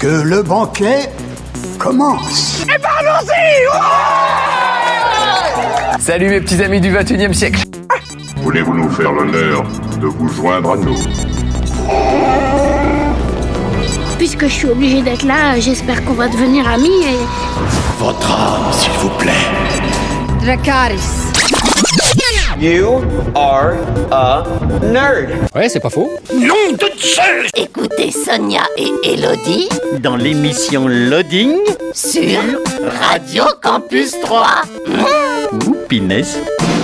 que le banquet commence. Et ben allons-y! Salut mes petits amis du 21e siècle. Voulez-vous nous faire l'honneur de vous joindre à nous? Puisque je suis obligée d'être là, j'espère qu'on va devenir amis et... Votre âme, s'il vous plaît. Dracarys. You are a nerd. Ouais, c'est pas faux. Nom de Zeus! Écoutez Sonia et Elodie Dans l'émission Loading sur Radio Campus 3. ou Pinès.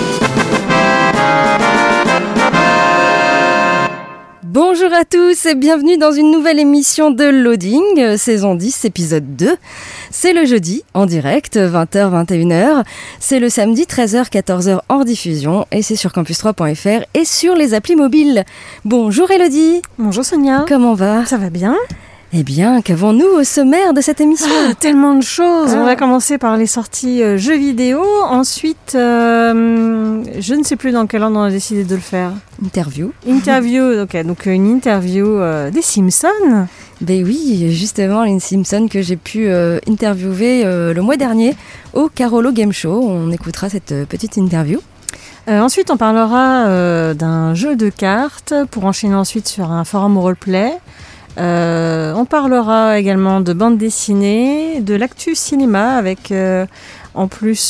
Bonjour à tous et bienvenue dans une nouvelle émission de Loading, saison 10, épisode 2. C'est le jeudi, en direct, 20h-21h. C'est le samedi, 13h-14h en diffusion. Et c'est sur campus3.fr et sur les applis mobiles. Bonjour Elodie. Bonjour Sonia. Comment va ? Ça va bien ? Eh bien, qu'avons-nous au sommaire de cette émission ? Tellement de choses. On va commencer par les sorties jeux vidéo. Ensuite, je ne sais plus dans quel ordre on a décidé de le faire. Interview. Interview, ok. Donc une interview des Simpsons. Ben oui, justement, Lynn Simpson que j'ai pu interviewer le mois dernier au Carolo Game Show. On écoutera cette petite interview. Ensuite, on parlera d'un jeu de cartes pour enchaîner ensuite sur un forum roleplay. On parlera également de bande dessinée, de l'actu cinéma avec en plus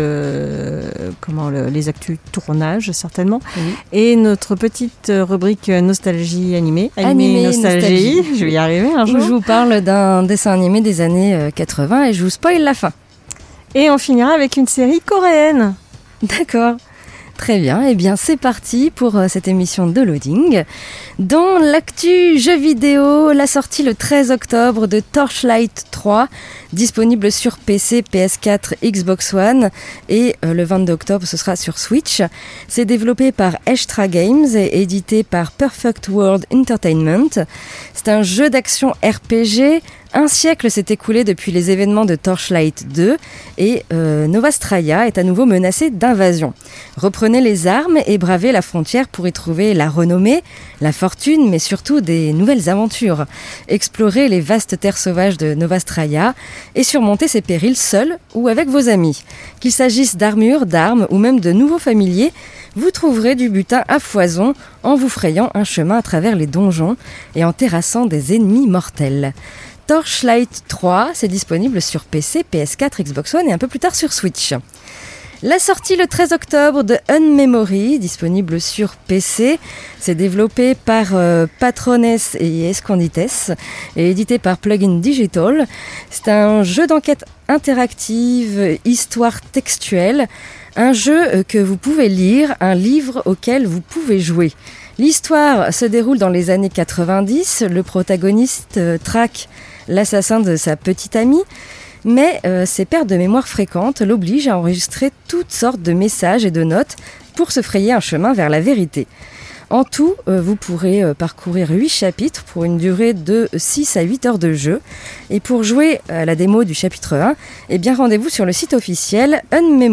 les actus tournage certainement, Oui. et notre petite rubrique nostalgie animée nostalgie. Je vais y arriver un Où jour. je vous parle d'un dessin animé des années 80 et je vous spoil la fin. Et on finira avec une série coréenne. D'accord. Très bien, eh bien c'est parti pour cette émission de Loading. Dans l'actu jeux vidéo, la sortie le 13 octobre de Torchlight 3, disponible sur PC, PS4, Xbox One, et le 22 octobre ce sera sur Switch. C'est développé par Estra Games et édité par Perfect World Entertainment. C'est un jeu d'action RPG. Un siècle s'est écoulé depuis les événements de Torchlight 2 et Novastraya est à nouveau menacée d'invasion. Reprenez les armes et bravez la frontière pour y trouver la renommée, la fortune, mais surtout des nouvelles aventures. Explorez les vastes terres sauvages de Novastraya et surmontez ces périls seuls ou avec vos amis. Qu'il s'agisse d'armures, d'armes ou même de nouveaux familiers, vous trouverez du butin à foison en vous frayant un chemin à travers les donjons et en terrassant des ennemis mortels. Torchlight 3, c'est disponible sur PC, PS4, Xbox One et un peu plus tard sur Switch. La sortie le 13 octobre de Unmemory, disponible sur PC, c'est développé par Patrones et Escondites et édité par Plugin Digital. C'est un jeu d'enquête interactive, histoire textuelle, un jeu que vous pouvez lire, un livre auquel vous pouvez jouer. L'histoire se déroule dans les années 90, le protagoniste traque l'assassin de sa petite amie, mais ses pertes de mémoire fréquentes l'obligent à enregistrer toutes sortes de messages et de notes pour se frayer un chemin vers la vérité. En tout, vous pourrez parcourir 8 chapitres pour une durée de 6 à 8 heures de jeu. Et pour jouer à la démo du chapitre 1, eh bien rendez-vous sur le site officiel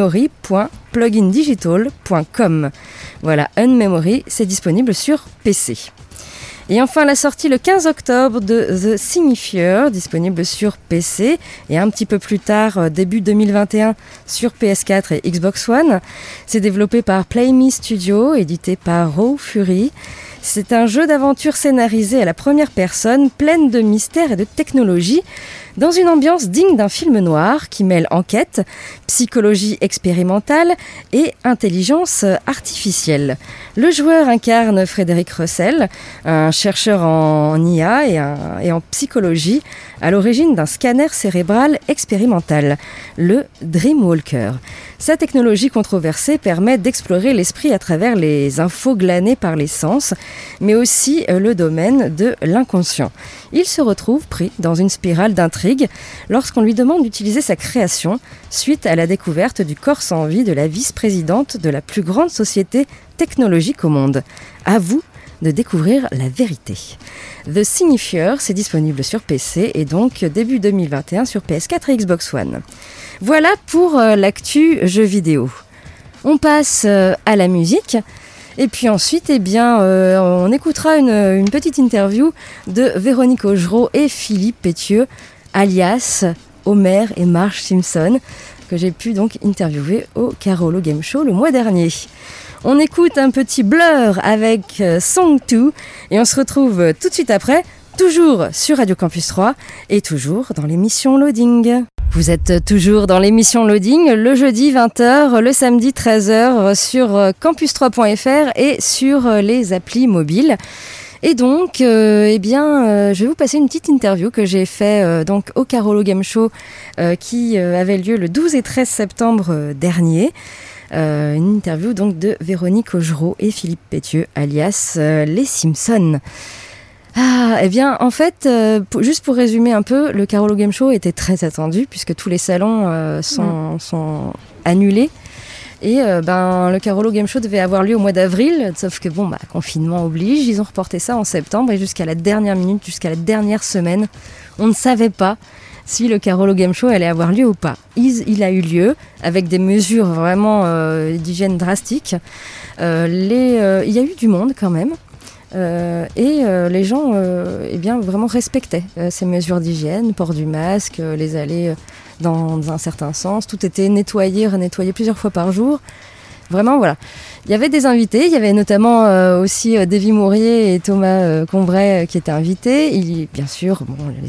unmemory.plugindigital.com. Voilà, Unmemory, c'est disponible sur PC. Et enfin, la sortie le 15 octobre de The Signifier, disponible sur PC, et un petit peu plus tard, début 2021, sur PS4 et Xbox One. C'est développé par Playme Studio, édité par Raw Fury. C'est un jeu d'aventure scénarisé à la première personne, pleine de mystères et de technologie, dans une ambiance digne d'un film noir qui mêle enquête, psychologie expérimentale et intelligence artificielle. Le joueur incarne Frédéric Russell, un chercheur en IA et en psychologie, à l'origine d'un scanner cérébral expérimental, le Dreamwalker. Sa technologie controversée permet d'explorer l'esprit à travers les infos glanées par les sens, mais aussi le domaine de l'inconscient. Il se retrouve pris dans une spirale d'intrigue lorsqu'on lui demande d'utiliser sa création suite à la découverte du corps sans vie de la vice-présidente de la plus grande société technologique au monde. À vous de découvrir la vérité. The Signifier, c'est disponible sur PC et donc début 2021 sur PS4 et Xbox One. Voilà pour l'actu jeux vidéo. On passe à la musique. Et puis ensuite, on écoutera une petite interview de Véronique Augereau et Philippe Pétieux, alias Homer et Marge Simpson, que j'ai pu donc interviewer au Carolo Game Show le mois dernier. On écoute un petit Blur avec Song 2 et on se retrouve tout de suite après, toujours sur Radio Campus 3 et toujours dans l'émission Loading. Vous êtes toujours dans l'émission Loading, le jeudi 20h, le samedi 13h sur campus3.fr et sur les applis mobiles. Et donc, je vais vous passer une petite interview que j'ai fait donc au Carolo Game Show qui avait lieu le 12 et 13 septembre dernier. Une interview donc de Véronique Augereau et Philippe Pétieux, alias les Simpsons. En fait, juste pour résumer un peu, le Carolo Game Show était très attendu puisque tous les salons sont annulés. Et le Carolo Game Show devait avoir lieu au mois d'avril, sauf que confinement oblige, ils ont reporté ça en septembre et jusqu'à la dernière minute, jusqu'à la dernière semaine, on ne savait pas si le Carolo Game Show allait avoir lieu ou pas. Il a eu lieu avec des mesures vraiment d'hygiène drastiques. Il y a eu du monde quand même. Les gens vraiment respectaient ces mesures d'hygiène, port du masque, les allées dans un certain sens, tout était nettoyé, renettoyé plusieurs fois par jour. Vraiment, voilà. Il y avait des invités, il y avait notamment aussi Davy Mourier et Thomas Combray qui étaient invités. Bien sûr,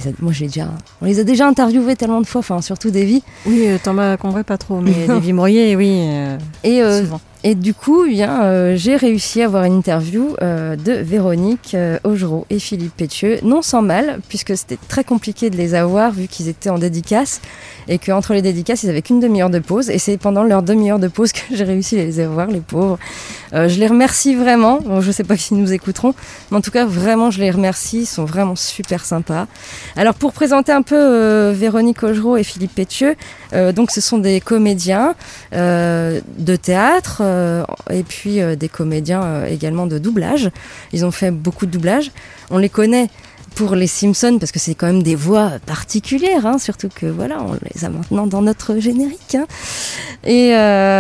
on les a déjà interviewés tellement de fois, enfin surtout Davy. Oui, Thomas Combray pas trop, mais Davy Mourier, oui. Souvent. Et du coup, j'ai réussi à avoir une interview de Véronique Augereau et Philippe Pétieux, non sans mal, puisque c'était très compliqué de les avoir vu qu'ils étaient en dédicace et qu'entre les dédicaces, ils n'avaient qu'une demi-heure de pause. Et c'est pendant leur demi-heure de pause que j'ai réussi à les avoir, les pauvres. Je les remercie vraiment. Bon, je ne sais pas s'ils nous écouteront, mais en tout cas, vraiment, je les remercie. Ils sont vraiment super sympas. Alors, pour présenter un peu Véronique Augereau et Philippe Pétieux, donc ce sont des comédiens de théâtre, et puis des comédiens également de doublage. Ils ont fait beaucoup de doublage. On les connaît pour les Simpsons parce que c'est quand même des voix particulières, surtout que voilà, on les a maintenant dans notre générique. Mais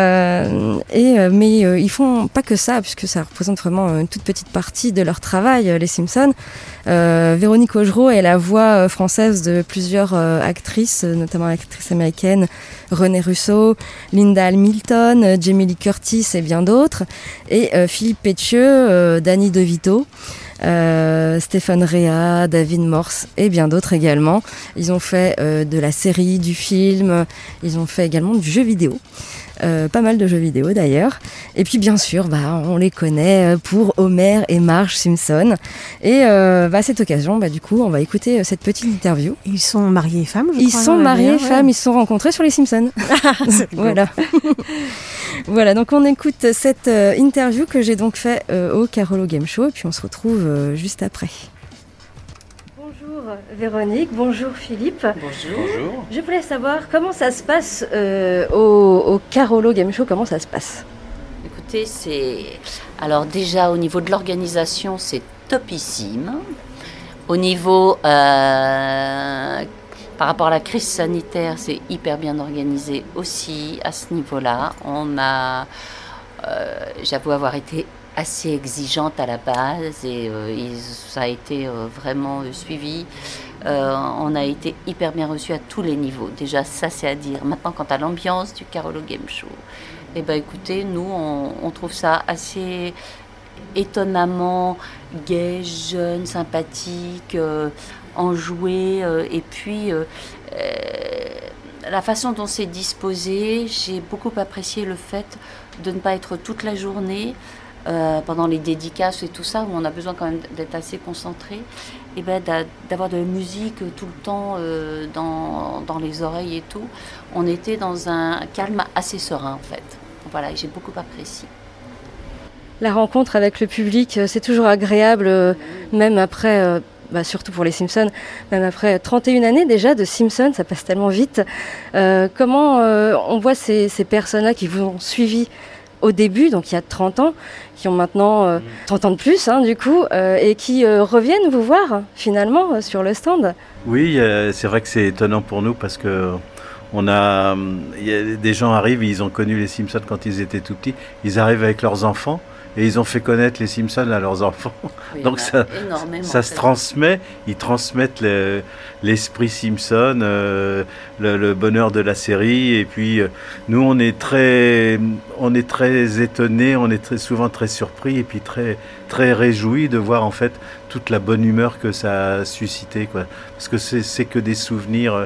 ils font pas que ça, puisque ça représente vraiment une toute petite partie de leur travail, les Simpsons. Véronique Augereau est la voix française de plusieurs actrices, notamment l'actrice américaine Renée Russo, Linda Hamilton, Jamie Lee Curtis et bien d'autres. Et Philippe Pétieux, Danny DeVito, Stéphane Rea, David Morse et bien d'autres également. Ils ont fait de la série, du film, ils ont fait également du jeu vidéo. Pas mal de jeux vidéo d'ailleurs. Et puis bien sûr, on les connaît pour Homer et Marge Simpson. Et à cette occasion, du coup, on va écouter cette petite interview. Ils sont mariés et femmes, je crois. Ils sont mariés et femmes, ils se sont rencontrés sur les Simpsons. Voilà. Voilà, donc on écoute cette interview que j'ai donc fait au Carolo Game Show. Et puis on se retrouve juste après. Bonjour Véronique, bonjour Philippe. Bonjour. Je voulais savoir comment ça se passe au Carolo Game Show, comment ça se passe? Écoutez, alors déjà au niveau de l'organisation, c'est topissime. Au niveau par rapport à la crise sanitaire, c'est hyper bien organisé aussi à ce niveau-là. J'avoue avoir été assez exigeante à la base et ça a été vraiment suivi. On a été hyper bien reçus à tous les niveaux. Déjà, ça c'est à dire. Maintenant, quant à l'ambiance du Carolo Game Show, écoutez, nous, on trouve ça assez étonnamment gai, jeune, sympathique, enjoué. Et puis, la façon dont c'est disposé, j'ai beaucoup apprécié le fait de ne pas être toute la journée pendant les dédicaces et tout ça, où on a besoin quand même d'être assez concentré, et d'avoir de la musique tout le temps dans les oreilles et tout. On était dans un calme assez serein en fait. Voilà, j'ai beaucoup apprécié. La rencontre avec le public, c'est toujours agréable, même après, surtout pour les Simpsons, même après 31 années déjà de Simpsons, ça passe tellement vite. Comment on voit ces personnes-là qui vous ont suivi au début, donc il y a 30 ans, qui ont maintenant 30 ans de plus, du coup, et qui reviennent vous voir, finalement, sur le stand. Oui, c'est vrai que c'est étonnant pour nous parce que des gens arrivent, ils ont connu les Simpsons quand ils étaient tout petits, ils arrivent avec leurs enfants, et ils ont fait connaître les Simpsons à leurs enfants. Oui, Donc ça se transmet, ils transmettent l'esprit Simpson, le bonheur de la série, et puis nous on est très étonnés, on est souvent très surpris et puis très réjouis de voir en fait toute la bonne humeur que ça a suscité, quoi. Parce que c'est que des souvenirs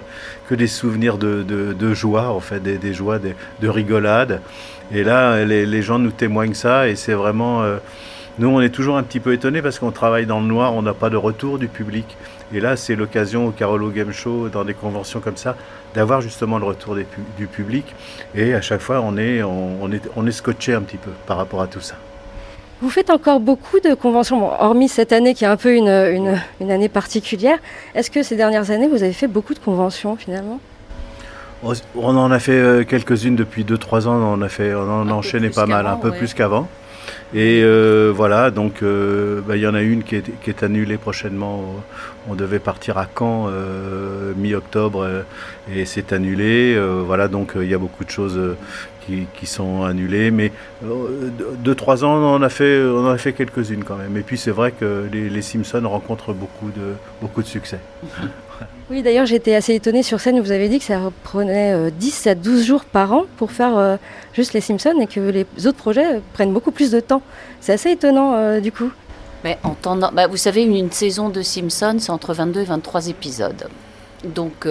de joie en fait, des joies, de rigolade. Et là les gens nous témoignent ça, et c'est vraiment nous on est toujours un petit peu étonnés parce qu'on travaille dans le noir, on n'a pas de retour du public. Et là c'est l'occasion au Carolo Game Show, dans des conventions comme ça, d'avoir justement le retour du public. Et à chaque fois on est scotché un petit peu par rapport à tout ça. Vous faites encore beaucoup de conventions, bon, hormis cette année qui est un peu une année particulière. Est-ce que ces dernières années, vous avez fait beaucoup de conventions finalement ? On en a fait quelques-unes depuis 2-3 ans, on en a enchaîné pas mal, un peu plus qu'avant. Et voilà, donc il y en a une qui est annulée prochainement. On devait partir à Caen mi-octobre et c'est annulé. Voilà, donc il y a beaucoup de choses qui sont annulées. Mais 2-3 ans, on en a fait quelques-unes quand même. Et puis c'est vrai que les Simpsons rencontrent beaucoup de succès. Oui, d'ailleurs, j'étais assez étonnée sur scène où vous avez dit que ça prenait 10 à 12 jours par an pour faire juste les Simpsons et que les autres projets prennent beaucoup plus de temps. C'est assez étonnant du coup. Mais vous savez, une saison de Simpsons, c'est entre 22 et 23 épisodes. Donc,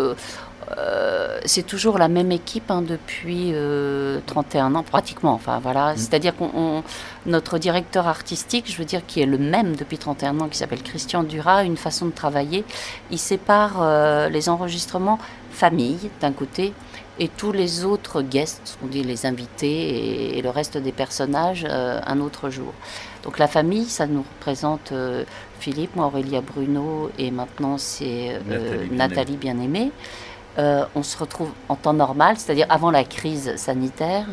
c'est toujours la même équipe depuis 31 ans, pratiquement. Enfin, voilà. C'est-à-dire notre directeur artistique, je veux dire, qui est le même depuis 31 ans, qui s'appelle Christian Duras, a une façon de travailler. Il sépare les enregistrements famille, d'un côté, et tous les autres guests, on dit les invités, et le reste des personnages, un autre jour. Donc la famille, ça nous représente Philippe, moi Aurélia Bruno, et maintenant c'est Nathalie Bien-Aimée. On se retrouve en temps normal, c'est-à-dire avant la crise sanitaire,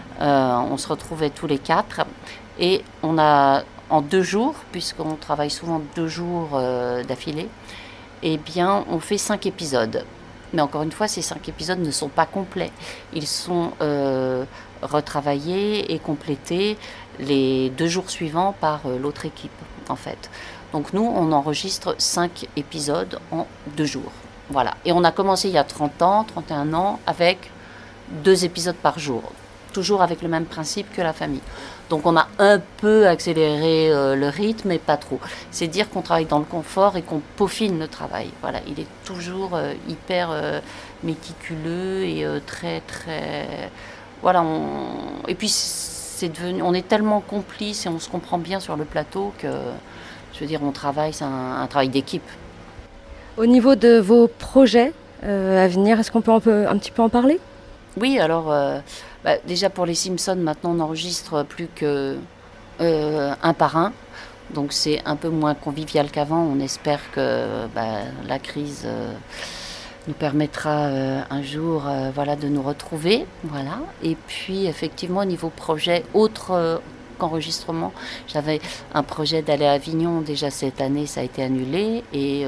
on se retrouvait tous les 4, et on a en 2 jours, puisqu'on travaille souvent 2 jours d'affilée, eh bien on fait 5 épisodes. Mais encore une fois, ces 5 épisodes ne sont pas complets. Ils sont retravaillés et complétés les 2 jours suivants par l'autre équipe, en fait. Donc nous, on enregistre 5 épisodes en 2 jours. Voilà. Et on a commencé il y a 31 ans, avec 2 épisodes par jour. Toujours avec le même principe que la famille. Donc on a un peu accéléré le rythme, mais pas trop. C'est dire qu'on travaille dans le confort et qu'on peaufine le travail. Voilà, il est toujours hyper méticuleux et très très. Voilà, et puis on est tellement complices et on se comprend bien sur le plateau que, je veux dire, on travaille, c'est un travail d'équipe. Au niveau de vos projets à venir, est-ce qu'on peut un petit peu en parler ? Oui, alors. Déjà pour les Simpsons, maintenant on enregistre plus que un par un, donc c'est un peu moins convivial qu'avant. On espère que la crise nous permettra un jour de nous retrouver. Voilà. Et puis effectivement au niveau projet autre qu'enregistrement, j'avais un projet d'aller à Avignon déjà cette année, ça a été annulé et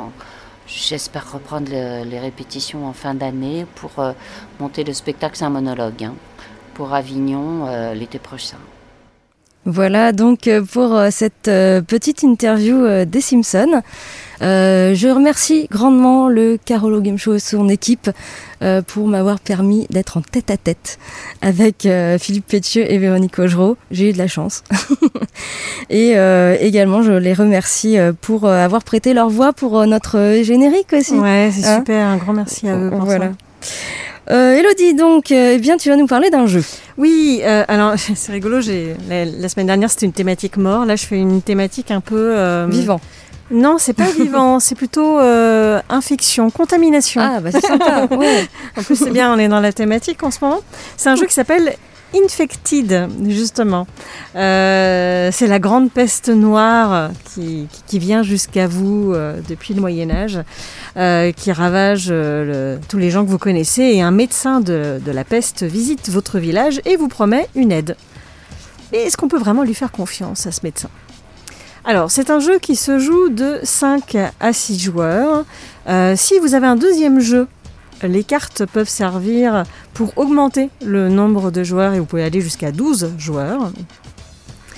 j'espère reprendre les répétitions en fin d'année pour monter le spectacle, c'est un monologue, pour Avignon l'été prochain. Voilà donc pour cette petite interview des Simpsons. Je remercie grandement le Carolo Game Show et son équipe pour m'avoir permis d'être en tête-à-tête avec Philippe Pétieux et Véronique Augereau. J'ai eu de la chance. Et également, je les remercie pour avoir prêté leur voix pour notre générique aussi. Ouais, c'est super. Un grand merci à eux pour ça. Élodie, donc, tu vas nous parler d'un jeu. Oui, alors c'est rigolo. La semaine dernière, c'était une thématique mort. Là, je fais une thématique un peu vivant. Non, c'est pas vivant, c'est plutôt infection, contamination. Ah, c'est sympa. Ouais. En plus, c'est bien, on est dans la thématique en ce moment. C'est un jeu qui s'appelle Infected, justement. C'est la grande peste noire qui vient jusqu'à vous depuis le Moyen-Âge, qui ravage tous les gens que vous connaissez. Et un médecin de la peste visite votre village et vous promet une aide. Mais est-ce qu'on peut vraiment lui faire confiance à ce médecin ? Alors, c'est un jeu qui se joue de 5 à 6 joueurs. Si vous avez un deuxième jeu, les cartes peuvent servir pour augmenter le nombre de joueurs et vous pouvez aller jusqu'à 12 joueurs.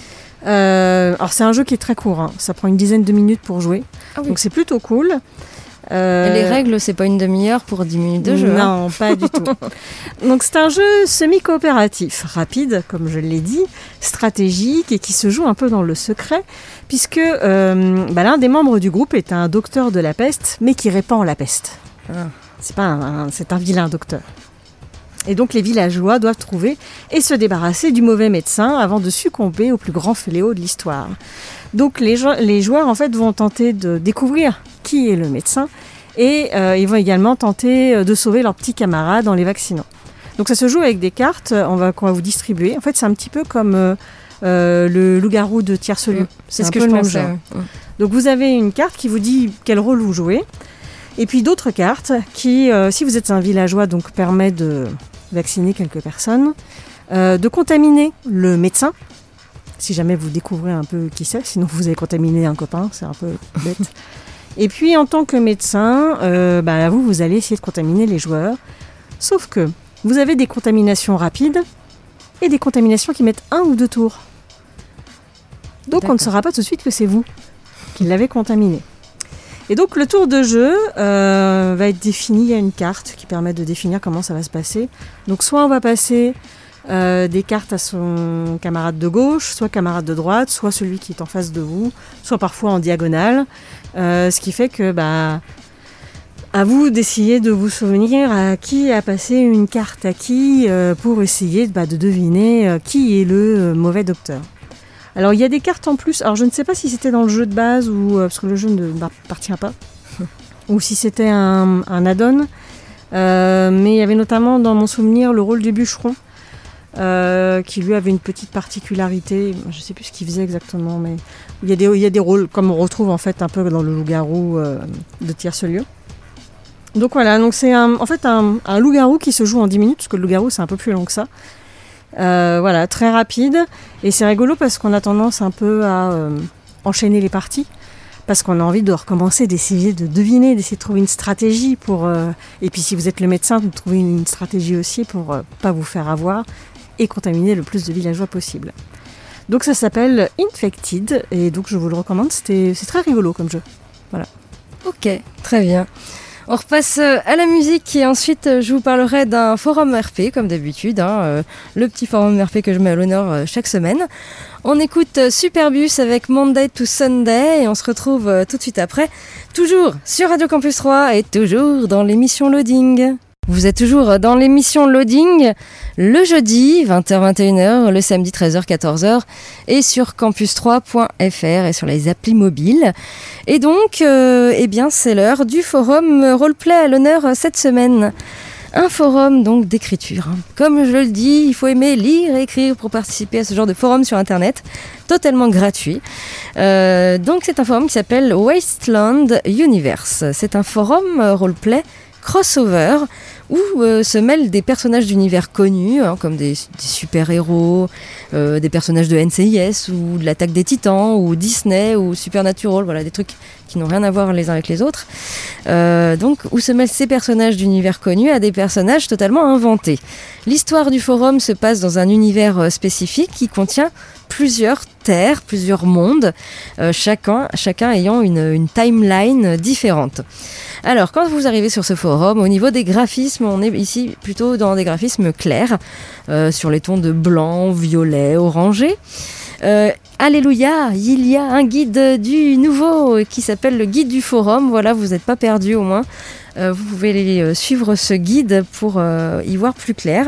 Alors c'est un jeu qui est très court, hein. Ça prend une dizaine de minutes pour jouer, donc c'est plutôt cool. Les règles, c'est pas une demi-heure pour 10 minutes de jeu. Non, pas du tout. Donc c'est un jeu semi-coopératif, rapide, comme je l'ai dit, stratégique et qui se joue un peu dans le secret, puisque l'un des membres du groupe est un docteur de la peste, mais qui répand la peste. C'est un vilain docteur. Et donc les villageois doivent trouver et se débarrasser du mauvais médecin avant de succomber au plus grand fléau de l'histoire. Donc les joueurs en fait vont tenter de découvrir qui est le médecin et ils vont également tenter de sauver leurs petits camarades en les vaccinant. Donc ça se joue avec des cartes qu'on va vous distribuer. En fait c'est un petit peu comme le loup-garou de Tierce-Lieu. C'est ce que je pensais. Donc vous avez une carte qui vous dit quel rôle vous jouez. Et puis d'autres cartes qui, si vous êtes un villageois, donc permet de vacciner quelques personnes, de contaminer le médecin, si jamais vous découvrez un peu qui c'est, sinon vous avez contaminé un copain, c'est un peu bête. Et puis en tant que médecin, vous allez essayer de contaminer les joueurs, sauf que vous avez des contaminations rapides et des contaminations qui mettent 1 ou 2 tours. Donc on ne saura pas tout de suite que c'est vous qui l'avez contaminé. Et donc le tour de jeu va être défini, il y a une carte qui permet de définir comment ça va se passer. Donc soit on va passer des cartes à son camarade de gauche, soit camarade de droite, soit celui qui est en face de vous, soit parfois en diagonale. Ce qui fait que à vous d'essayer de vous souvenir à qui a passé une carte à qui pour essayer de deviner qui est le mauvais docteur. Alors il y a des cartes en plus, alors je ne sais pas si c'était dans le jeu de base ou parce que le jeu ne m'appartient pas, ou si c'était un add-on, mais il y avait notamment dans mon souvenir le rôle du bûcheron, qui lui avait une petite particularité, je ne sais plus ce qu'il faisait exactement, mais il y a des rôles comme on retrouve en fait un peu dans le loup-garou de Tierce-Lieu. Donc voilà, donc c'est un loup-garou qui se joue en 10 minutes, parce que le loup-garou c'est un peu plus long que ça. Très rapide, et c'est rigolo parce qu'on a tendance un peu à enchaîner les parties, parce qu'on a envie de recommencer, d'essayer de deviner, d'essayer de trouver une stratégie pour et puis si vous êtes le médecin, de trouver une stratégie aussi pour pas vous faire avoir et contaminer le plus de villageois possible. Donc ça s'appelle Infected, et donc je vous le recommande, c'est très rigolo comme jeu. Voilà. Ok, très bien. On repasse à la musique et ensuite je vous parlerai d'un forum RP comme d'habitude, le petit forum RP que je mets à l'honneur chaque semaine. On écoute Superbus avec Monday to Sunday et on se retrouve tout de suite après, toujours sur Radio Campus 3 et toujours dans l'émission Loading. Vous êtes toujours dans l'émission Loading, le jeudi 20h-21h, le samedi 13h-14h et sur campus3.fr et sur les applis mobiles. Et donc, c'est l'heure du forum roleplay à l'honneur cette semaine. Un forum donc d'écriture. Comme je le dis, il faut aimer lire et écrire pour participer à ce genre de forum sur Internet, totalement gratuit. Donc c'est un forum qui s'appelle Wasteland Universe. C'est un forum roleplay crossover où se mêlent des personnages d'univers connus, comme des super-héros, des personnages de NCIS ou de l'Attaque des Titans ou Disney ou Supernatural, voilà, des trucs qui n'ont rien à voir les uns avec les autres. Donc où se mêlent ces personnages d'univers connus à des personnages totalement inventés. L'histoire du forum se passe dans un univers spécifique qui contient plusieurs terres, plusieurs mondes, chacun ayant une timeline différente. Alors, quand vous arrivez sur ce forum, au niveau des graphismes, on est ici plutôt dans des graphismes clairs, sur les tons de blanc, violet, orangé. Alléluia, il y a un guide du nouveau qui s'appelle le guide du forum. Voilà, vous n'êtes pas perdu au moins. Vous pouvez suivre ce guide pour y voir plus clair.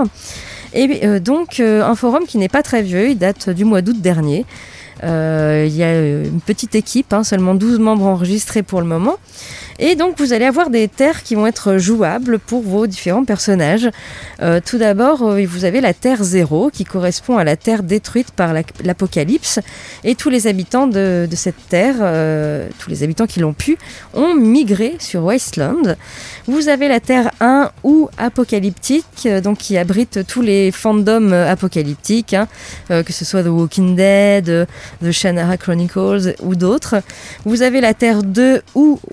Et donc, un forum qui n'est pas très vieux, il date du mois d'août dernier. Il y a une petite équipe, seulement 12 membres enregistrés pour le moment. Et donc vous allez avoir des terres qui vont être jouables pour vos différents personnages. Tout d'abord, vous avez la Terre 0 qui correspond à la Terre détruite par l'Apocalypse. Et tous les habitants de cette Terre, tous les habitants qui l'ont pu, ont migré sur Wasteland. Vous avez la Terre 1 ou apocalyptique, donc qui abrite tous les fandoms apocalyptiques, que ce soit The Walking Dead, The Shannara Chronicles ou d'autres. Vous avez la Terre 2 ou Wasteland,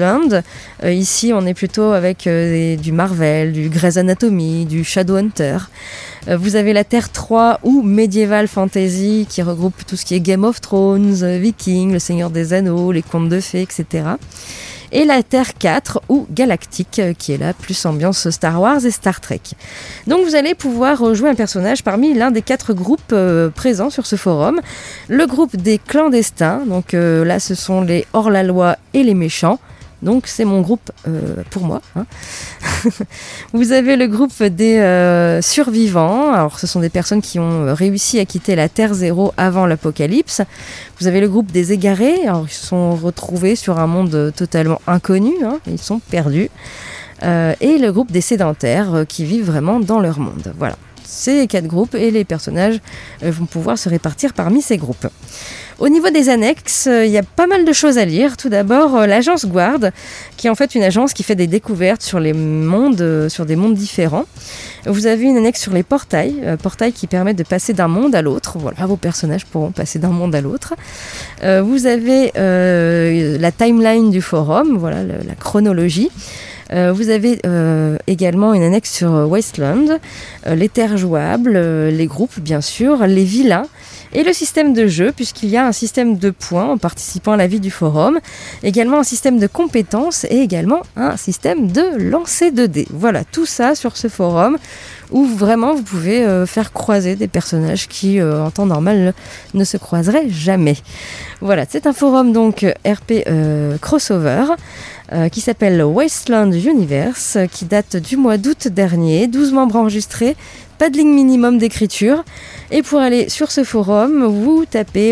Wasteland. Ici, on est plutôt avec du Marvel, du Grey's Anatomy, du Shadowhunter. Vous avez la Terre 3 ou Medieval Fantasy qui regroupe tout ce qui est Game of Thrones, Vikings, Le Seigneur des Anneaux, les contes de fées, etc. Et la Terre 4 ou Galactique qui est là plus ambiance Star Wars et Star Trek. Donc vous allez pouvoir jouer un personnage parmi l'un des 4 groupes présents sur ce forum. Le groupe des clandestins, donc là ce sont les hors-la-loi et les méchants. Donc c'est mon groupe pour moi. Hein. Vous avez le groupe des survivants. Alors ce sont des personnes qui ont réussi à quitter la Terre 0 avant l'apocalypse. Vous avez le groupe des égarés. Alors ils se sont retrouvés sur un monde totalement inconnu. Hein. Ils sont perdus. Et le groupe des sédentaires qui vivent vraiment dans leur monde. Voilà. Ces 4 groupes et les personnages vont pouvoir se répartir parmi ces groupes. Au niveau des annexes, il y a pas mal de choses à lire. Tout d'abord, l'agence Guard, qui est en fait une agence qui fait des découvertes sur les mondes, sur des mondes différents. Vous avez une annexe sur les portails qui permettent de passer d'un monde à l'autre. Voilà, vos personnages pourront passer d'un monde à l'autre. Vous avez la timeline du forum, voilà, la chronologie. Vous avez également une annexe sur Wasteland, les terres jouables, les groupes bien sûr, les vilains et le système de jeu, puisqu'il y a un système de points en participant à la vie du forum, également un système de compétences et également un système de lancer de dés. Voilà, tout ça sur ce forum où vraiment vous pouvez faire croiser des personnages qui en temps normal ne se croiseraient jamais. Voilà, c'est un forum donc RP crossover qui s'appelle Wasteland Universe, qui date du mois d'août dernier, 12 membres enregistrés, pas de ligne minimum d'écriture. Et pour aller sur ce forum, vous tapez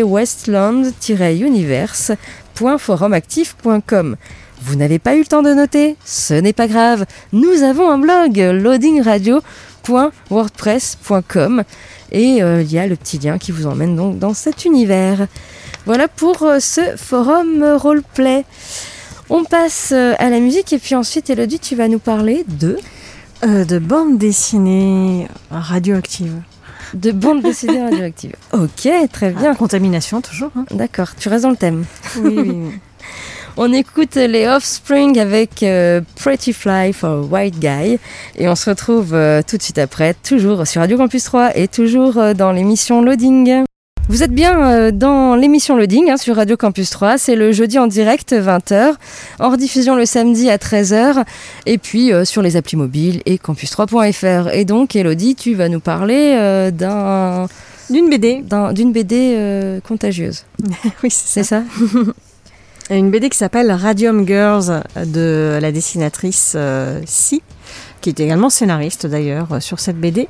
wasteland-universe.forumactif.com. Vous n'avez pas eu le temps de noter ? Ce n'est pas grave. Nous avons un blog, loadingradio.wordpress.com, et il y a le petit lien qui vous emmène donc dans cet univers. Voilà pour ce forum roleplay. On passe à la musique et puis ensuite, Elodie, tu vas nous parler de bande dessinée radioactive. De bande dessinée radioactive. Ok, très bien. Contamination toujours. Hein. D'accord, tu restes dans le thème. Oui. On écoute les Offspring avec Pretty Fly for White Guy et on se retrouve tout de suite après, toujours sur Radio Campus 3 et toujours dans l'émission Loading. Vous êtes bien dans l'émission Loading sur Radio Campus 3, c'est le jeudi en direct 20h, en rediffusion le samedi à 13h et puis sur les applis mobiles et campus3.fr. Et donc Elodie, tu vas nous parler d'une BD contagieuse. Oui, c'est ça. Une BD qui s'appelle Radium Girls de la dessinatrice Si, qui est également scénariste d'ailleurs sur cette BD.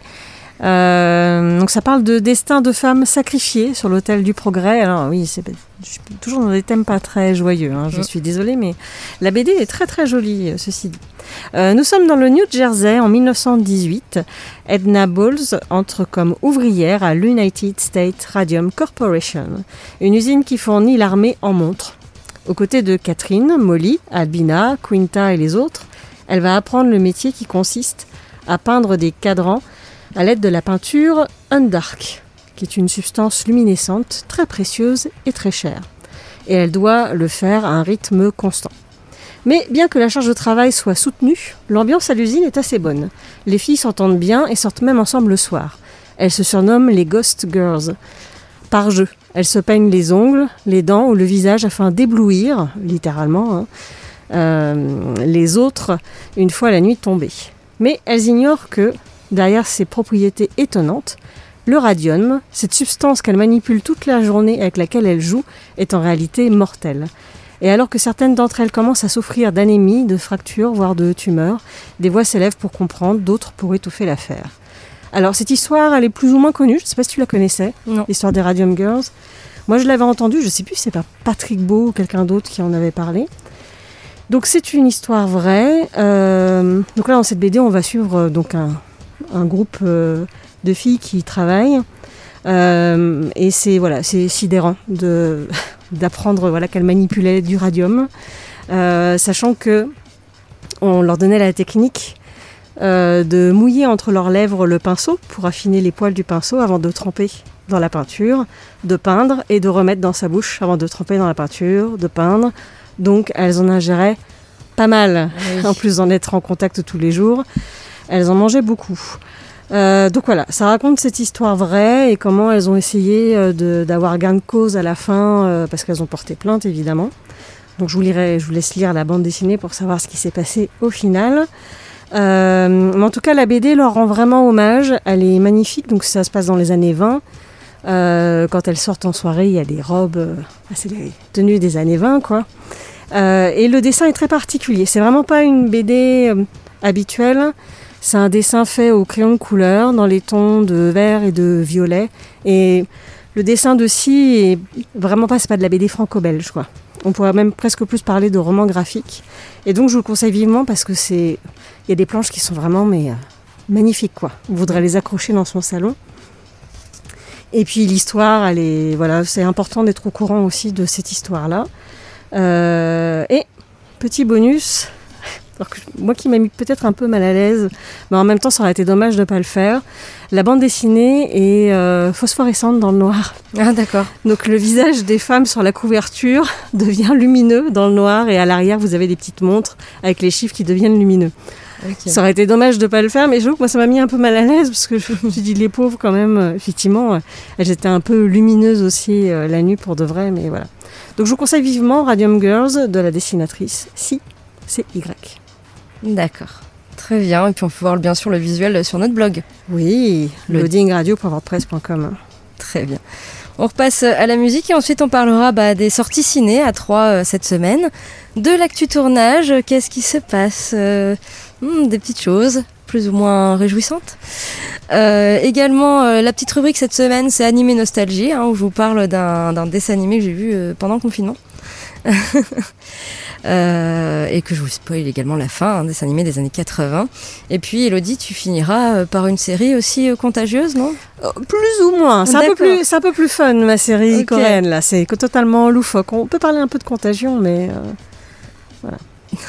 Donc ça parle de destin de femmes sacrifiées sur l'autel du progrès. Alors oui, je suis toujours dans des thèmes pas très joyeux, hein, je suis désolée, mais la BD est très très jolie, ceci dit. Nous sommes dans le New Jersey en 1918. Edna Bowles entre comme ouvrière à l'United States Radium Corporation, une usine qui fournit l'armée en montres. Aux côtés de Catherine, Molly, Albina, Quinta et les autres, elle va apprendre le métier qui consiste à peindre des cadrans à l'aide de la peinture Undark, qui est une substance luminescente très précieuse et très chère. Et elle doit le faire à un rythme constant. Mais bien que la charge de travail soit soutenue, l'ambiance à l'usine est assez bonne. Les filles s'entendent bien et sortent même ensemble le soir. Elles se surnomment les Ghost Girls. Par jeu, elles se peignent les ongles, les dents ou le visage afin d'éblouir, littéralement, les autres une fois la nuit tombée. Mais elles ignorent que derrière ces propriétés étonnantes, le radium, cette substance qu'elle manipule toute la journée avec laquelle elle joue, est en réalité mortelle. Et alors que certaines d'entre elles commencent à souffrir d'anémie, de fractures, voire de tumeurs, des voix s'élèvent pour comprendre, d'autres pour étouffer l'affaire. Alors cette histoire, elle est plus ou moins connue, je ne sais pas si tu la connaissais, l'histoire des Radium Girls. Moi je l'avais entendue, je ne sais plus si c'est pas Patrick Beau ou quelqu'un d'autre qui en avait parlé. Donc c'est une histoire vraie. Donc là dans cette BD, on va suivre donc un groupe de filles qui travaillent et c'est sidérant d'apprendre qu'elles manipulaient du radium, sachant que on leur donnait la technique de mouiller entre leurs lèvres le pinceau pour affiner les poils du pinceau avant de tremper dans la peinture, de peindre et de remettre dans sa bouche avant de tremper dans la peinture, de peindre. Donc elles en ingéraient pas mal, Oui. en plus d'en être en contact tous les jours. Elles en mangeaient beaucoup. Donc voilà, ça raconte cette histoire vraie et comment elles ont essayé d'avoir gain de cause à la fin, parce qu'elles ont porté plainte évidemment. Donc je vous laisse lire la bande dessinée pour savoir ce qui s'est passé au final. Mais en tout cas, la BD leur rend vraiment hommage. Elle est magnifique, donc ça se passe dans les années 20. Quand elles sortent en soirée, il y a des robes, c'est les tenues des années 20, quoi. Et le dessin est très particulier. C'est vraiment pas une BD habituelle. C'est un dessin fait au crayon de couleur, dans les tons de vert et de violet. Et le dessin de scie est vraiment pas, c'est pas de la BD franco-belge, quoi. On pourrait même presque plus parler de roman graphique. Et donc je vous le conseille vivement parce que il y a des planches qui sont vraiment magnifiques, quoi. On voudrait les accrocher dans son salon. Et puis l'histoire, c'est important d'être au courant aussi de cette histoire-là. Et petit bonus, alors que moi qui m'a mis peut-être un peu mal à l'aise, mais en même temps ça aurait été dommage de ne pas le faire. La bande dessinée est phosphorescente dans le noir. Ah d'accord. Donc le visage des femmes sur la couverture devient lumineux dans le noir et à l'arrière vous avez des petites montres avec les chiffres qui deviennent lumineux. Okay. Ça aurait été dommage de ne pas le faire, mais j'avoue que moi ça m'a mis un peu mal à l'aise parce que je me suis dit les pauvres quand même, effectivement, elles étaient un peu lumineuses aussi la nuit pour de vrai, mais voilà. Donc je vous conseille vivement Radium Girls de la dessinatrice Si, c'est Y. D'accord. Très bien. Et puis on peut voir bien sûr le visuel sur notre blog. Oui, loadingradio.wordpress.com. Très bien. On repasse à la musique et ensuite on parlera des sorties ciné à 3 cette semaine, de l'actu tournage, qu'est-ce qui se passe, des petites choses plus ou moins réjouissantes. Également, la petite rubrique cette semaine, c'est Animé Nostalgie, où je vous parle d'un dessin animé que j'ai vu pendant le confinement. Et que je vous spoil également la fin, un dessin animé des années 80. Et puis Elodie, tu finiras par une série aussi contagieuse, non ? Plus ou moins, c'est un peu plus fun ma série coréenne là, c'est totalement loufoque. On peut parler un peu de contagion, mais voilà.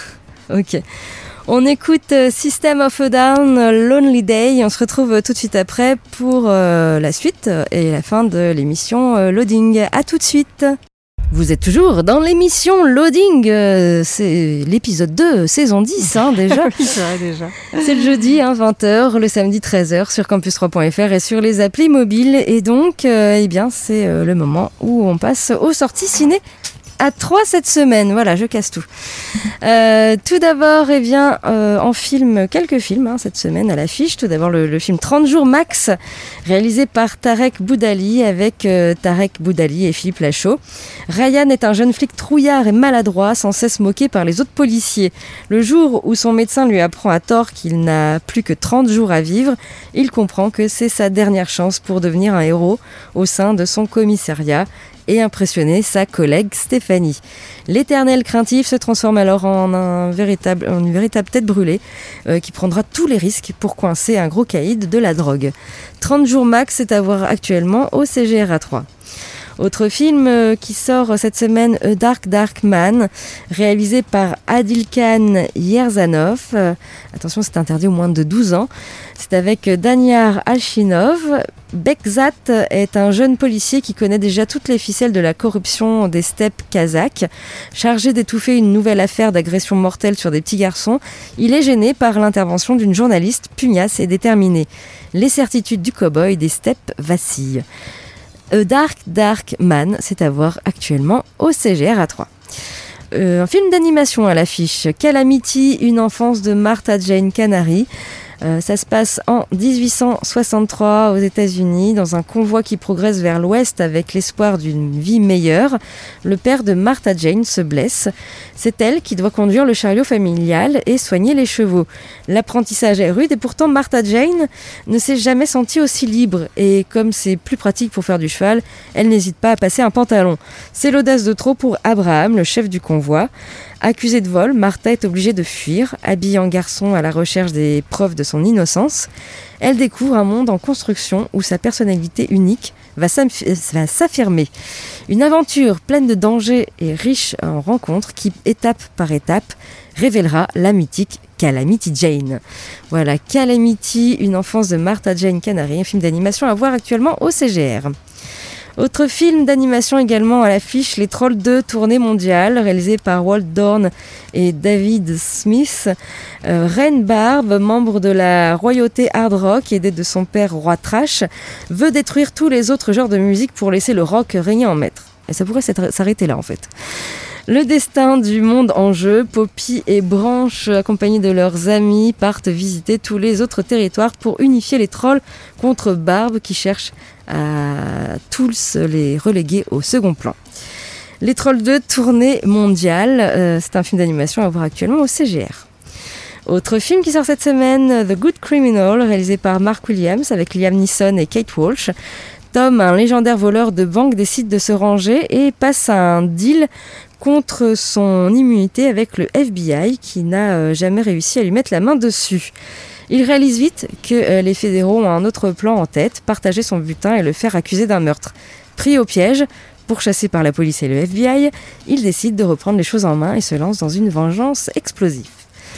Ok. On écoute System of a Down, Lonely Day, et on se retrouve tout de suite après pour la suite et la fin de l'émission Loading. À tout de suite. Vous êtes toujours dans l'émission Loading, c'est l'épisode 2, saison 10 déjà. Oui, c'est vrai déjà. C'est le jeudi, 20h, le samedi 13h sur campus3.fr et sur les applis mobiles. Et donc, c'est le moment où on passe aux sorties ciné à 3 cette semaine. Voilà, je casse tout. Tout d'abord, en film, quelques films cette semaine à l'affiche. Tout d'abord, le film 30 jours max, réalisé par Tarek Boudali, avec Tarek Boudali et Philippe Lachaud. Ryan est un jeune flic trouillard et maladroit, sans cesse moqué par les autres policiers. Le jour où son médecin lui apprend à tort qu'il n'a plus que 30 jours à vivre, il comprend que c'est sa dernière chance pour devenir un héros au sein de son commissariat et impressionner sa collègue Stéphanie. L'éternel craintif se transforme alors en une véritable tête brûlée qui prendra tous les risques pour coincer un gros caïd de la drogue. 30 jours max est à voir actuellement au CGR 3. Autre film qui sort cette semaine, A Dark Dark Man, réalisé par Adilkan Yerzanov. Attention, c'est interdit aux moins de 12 ans. C'est avec Danyar Alchinov. Bekzat est un jeune policier qui connaît déjà toutes les ficelles de la corruption des steppes kazakhs. Chargé d'étouffer une nouvelle affaire d'agression mortelle sur des petits garçons, il est gêné par l'intervention d'une journaliste pugnace et déterminée. Les certitudes du cow-boy des steppes vacillent. A Dark Dark Man, c'est à voir actuellement au CGR à 3. Un film d'animation à l'affiche, Calamity, une enfance de Martha Jane Canary. Ça se passe en 1863 aux États-Unis, dans un convoi qui progresse vers l'ouest avec l'espoir d'une vie meilleure. Le père de Martha Jane se blesse. C'est elle qui doit conduire le chariot familial et soigner les chevaux. L'apprentissage est rude et pourtant Martha Jane ne s'est jamais sentie aussi libre. Et comme c'est plus pratique pour faire du cheval, elle n'hésite pas à passer un pantalon. C'est l'audace de trop pour Abraham, le chef du convoi. Accusée de vol, Martha est obligée de fuir, habillée en garçon à la recherche des preuves de son innocence. Elle découvre un monde en construction où sa personnalité unique va s'affirmer. Une aventure pleine de dangers et riche en rencontres qui, étape par étape, révélera la mythique Calamity Jane. Voilà, Calamity, une enfance de Martha Jane Canary, un film d'animation à voir actuellement au CGR. Autre film d'animation également à l'affiche, Les Trolls 2, tournée mondiale, réalisé par Walt Dorn et David Smith. Reine Barbe, membre de la royauté hard rock, aidée de son père roi Trash, veut détruire tous les autres genres de musique pour laisser le rock régner en maître. Et ça pourrait s'arrêter là en fait. Le destin du monde en jeu, Poppy et Branch, accompagnés de leurs amis, partent visiter tous les autres territoires pour unifier les trolls contre Barbe qui cherche à tous les reléguer au second plan. Les Trolls 2, tournée mondiale, c'est un film d'animation à voir actuellement au CGR. Autre film qui sort cette semaine, The Good Criminal, réalisé par Mark Williams avec Liam Neeson et Kate Walsh. Tom, un légendaire voleur de banque, décide de se ranger et passe un deal contre son immunité avec le FBI qui n'a jamais réussi à lui mettre la main dessus. Il réalise vite que les fédéraux ont un autre plan en tête, partager son butin et le faire accuser d'un meurtre. Pris au piège, pourchassé par la police et le FBI, il décide de reprendre les choses en main et se lance dans une vengeance explosive.